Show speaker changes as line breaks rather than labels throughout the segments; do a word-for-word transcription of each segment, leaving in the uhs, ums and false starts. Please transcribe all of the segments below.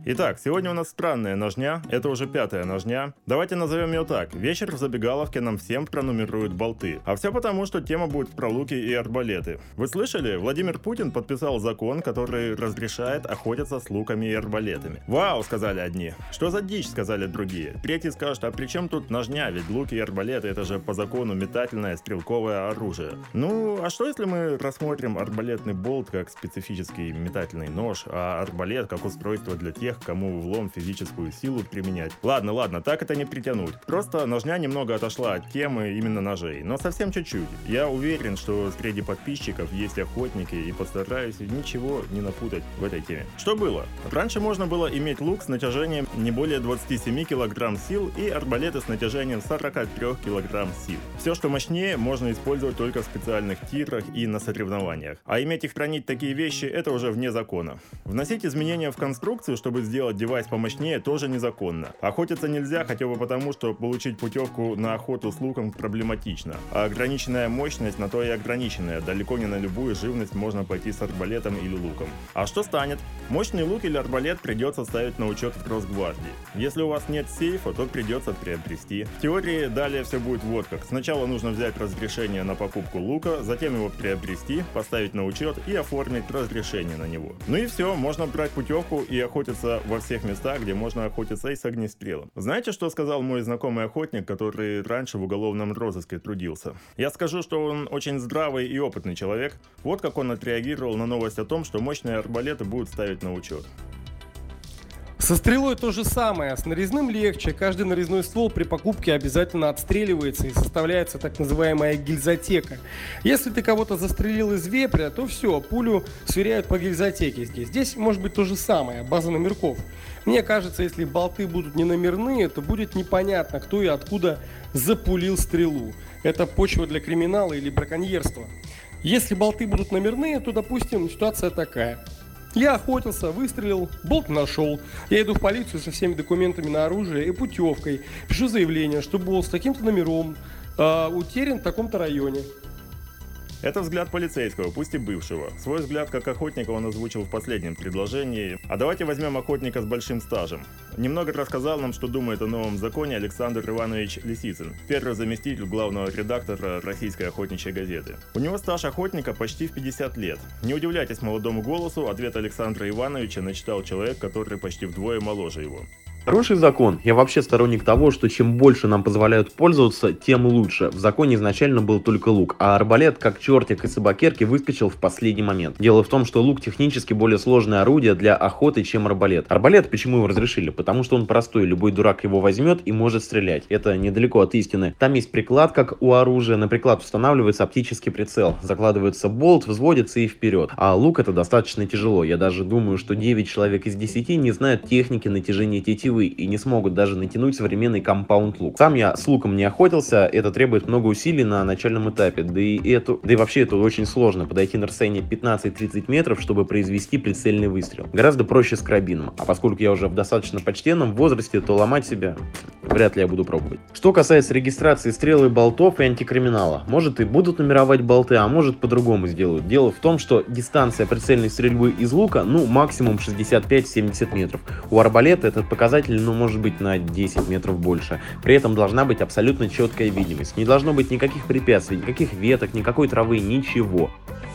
Итак, сегодня у нас странная ножня, это уже пятая ножня. Давайте назовем ее так. Вечер в забегаловке нам всем пронумерует болты. А все потому, что тема будет про луки и арбалеты. Вы слышали? Владимир Путин подписал закон, который разрешает охотиться с луками и арбалетами. Вау, сказали одни. Что за дичь, сказали другие. Третьи скажут, а при чем тут ножня? Ведь луки и арбалеты это же по закону метательное стрелковое оружие. Ну, а что если мы рассмотрим арбалетный болт как специфический метательный нож, а арбалет как устройство для тех, кому влом физическую силу применять? Ладно, ладно, так это не притянуть. Просто ножня немного отошла от темы именно ножей, но совсем чуть-чуть. Я уверен, что среди подписчиков есть охотники и постараюсь ничего не напутать в этой теме. Что было? Раньше можно было иметь лук с натяжением не более двадцати семи килограмм сил и арбалеты с натяжением сорока трёх килограмм сил. Все, что мощнее, можно использовать только в специальных тирах и на соревнованиях. А иметь и хранить такие вещи, это уже вне закона. Вносить изменения в конструкцию, чтобы сделать девайс помощнее, тоже незаконно. Охотиться нельзя хотя бы потому, что получить путевку на охоту с луком проблематично. А ограниченная мощность на то и ограниченная. Далеко не на любую живность можно пойти с арбалетом или луком. А что станет? Мощный лук или арбалет придется ставить на учет в Росгвардии. Если у вас нет сейфа, то придется приобрести. В теории далее все будет вот как. Сначала нужно взять разрешение на покупку лука, затем его приобрести, поставить на учет и оформить разрешение на него. Ну и все, можно брать путевку и охотиться во всех местах, где можно охотиться и с огнестрелом. Знаете, что сказал мой знакомый охотник, который раньше в уголовном розыске трудился? Я скажу, что он очень здравый и опытный человек. Вот как он отреагировал на новость о том, что мощные арбалеты будут ставить на учет.
Со стрелой то же самое, с нарезным легче. Каждый нарезной ствол при покупке обязательно отстреливается и составляется так называемая гильзотека. Если ты кого-то застрелил из вепря, то все, пулю сверяют по гильзотеке здесь. Здесь может быть то же самое, база номерков. Мне кажется, если болты будут не номерные, то будет непонятно, кто и откуда запулил стрелу. Это почва для криминала или браконьерства. Если болты будут номерные, то, допустим, ситуация такая. Я охотился, выстрелил, болт нашел. Я иду в полицию со всеми документами на оружие и путевкой. Пишу заявление, что болт с таким-то номером э, утерян в таком-то районе.
Это взгляд полицейского, пусть и бывшего. Свой взгляд как охотника он озвучил в последнем предложении. А давайте возьмем охотника с большим стажем. Немного рассказал нам, что думает о новом законе Александр Иванович Лисицын, первый заместитель главного редактора Российской охотничьей газеты. У него стаж охотника почти в пятьдесят лет. Не удивляйтесь молодому голосу, ответ Александра Ивановича начитал человек, который почти вдвое моложе его.
Хороший закон. Я вообще сторонник того, что чем больше нам позволяют пользоваться, тем лучше. В законе изначально был только лук, а арбалет, как чертик из собакерки, выскочил в последний момент. Дело в том, что лук технически более сложное орудие для охоты, чем арбалет. Арбалет почему его разрешили? Потому что он простой, любой дурак его возьмет и может стрелять. Это недалеко от истины. Там есть приклад, как у оружия. На приклад устанавливается оптический прицел. Закладывается болт, взводится и вперед. А лук это достаточно тяжело. Я даже думаю, что девять человек из десяти не знают техники натяжения тетивы и не смогут даже натянуть современный компаунд-лук. Сам я с луком не охотился, это требует много усилий на начальном этапе, да и, это, да и вообще это очень сложно, подойти на расстояние пятнадцать-тридцать метров, чтобы произвести прицельный выстрел. Гораздо проще с карабином, а поскольку я уже в достаточно почтенном возрасте, то ломать себя вряд ли я буду пробовать. Что касается регистрации стрел и болтов и антикриминала, может и будут номеровать болты, а может по-другому сделают. Дело в том, что дистанция прицельной стрельбы из лука, ну максимум шестьдесят пять-семьдесят метров. У арбалета этот показатель ну может быть на десять метров больше. При этом должна быть абсолютно четкая видимость. Не должно быть никаких препятствий, никаких веток, никакой травы, ничего.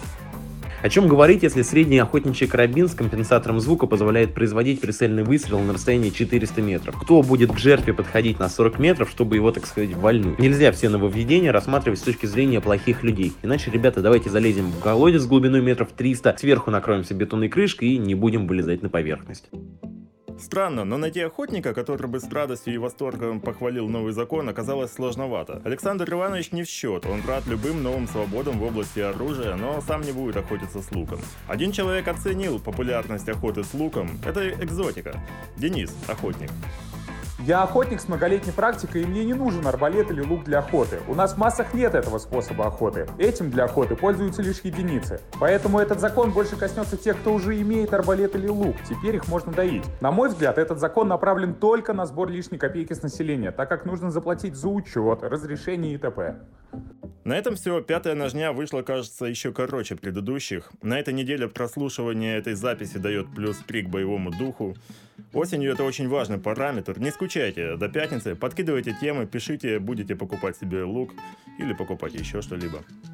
О чем говорить, если средний охотничий карабин с компенсатором звука позволяет производить прицельный выстрел на расстоянии четыреста метров? Кто будет к жертве подходить на сорок метров, чтобы его, так сказать, вальнуть? Нельзя все нововведения рассматривать с точки зрения плохих людей. Иначе, ребята, давайте залезем в колодец с глубиной метров триста, сверху накроемся бетонной крышкой и не будем вылезать на поверхность.
Странно, но найти охотника, который бы с радостью и восторгом похвалил новый закон, оказалось сложновато. Александр Иванович не в счет, он рад любым новым свободам в области оружия, но сам не будет охотиться с луком. Один человек оценил популярность охоты с луком, это экзотика. Денис, охотник.
Я охотник с многолетней практикой, и мне не нужен арбалет или лук для охоты. У нас в массах нет этого способа охоты. Этим для охоты пользуются лишь единицы. Поэтому этот закон больше коснется тех, кто уже имеет арбалет или лук. Теперь их можно доить. На мой взгляд, этот закон направлен только на сбор лишней копейки с населения, так как нужно заплатить за учет, разрешение и т.п.
На этом все. Пятая ножня вышла, кажется, еще короче предыдущих. На этой неделе прослушивание этой записи дает плюс три к боевому духу. Осенью это очень важный параметр. Не скучайте до пятницы, подкидывайте темы, пишите, будете покупать себе лук или покупать еще что-либо.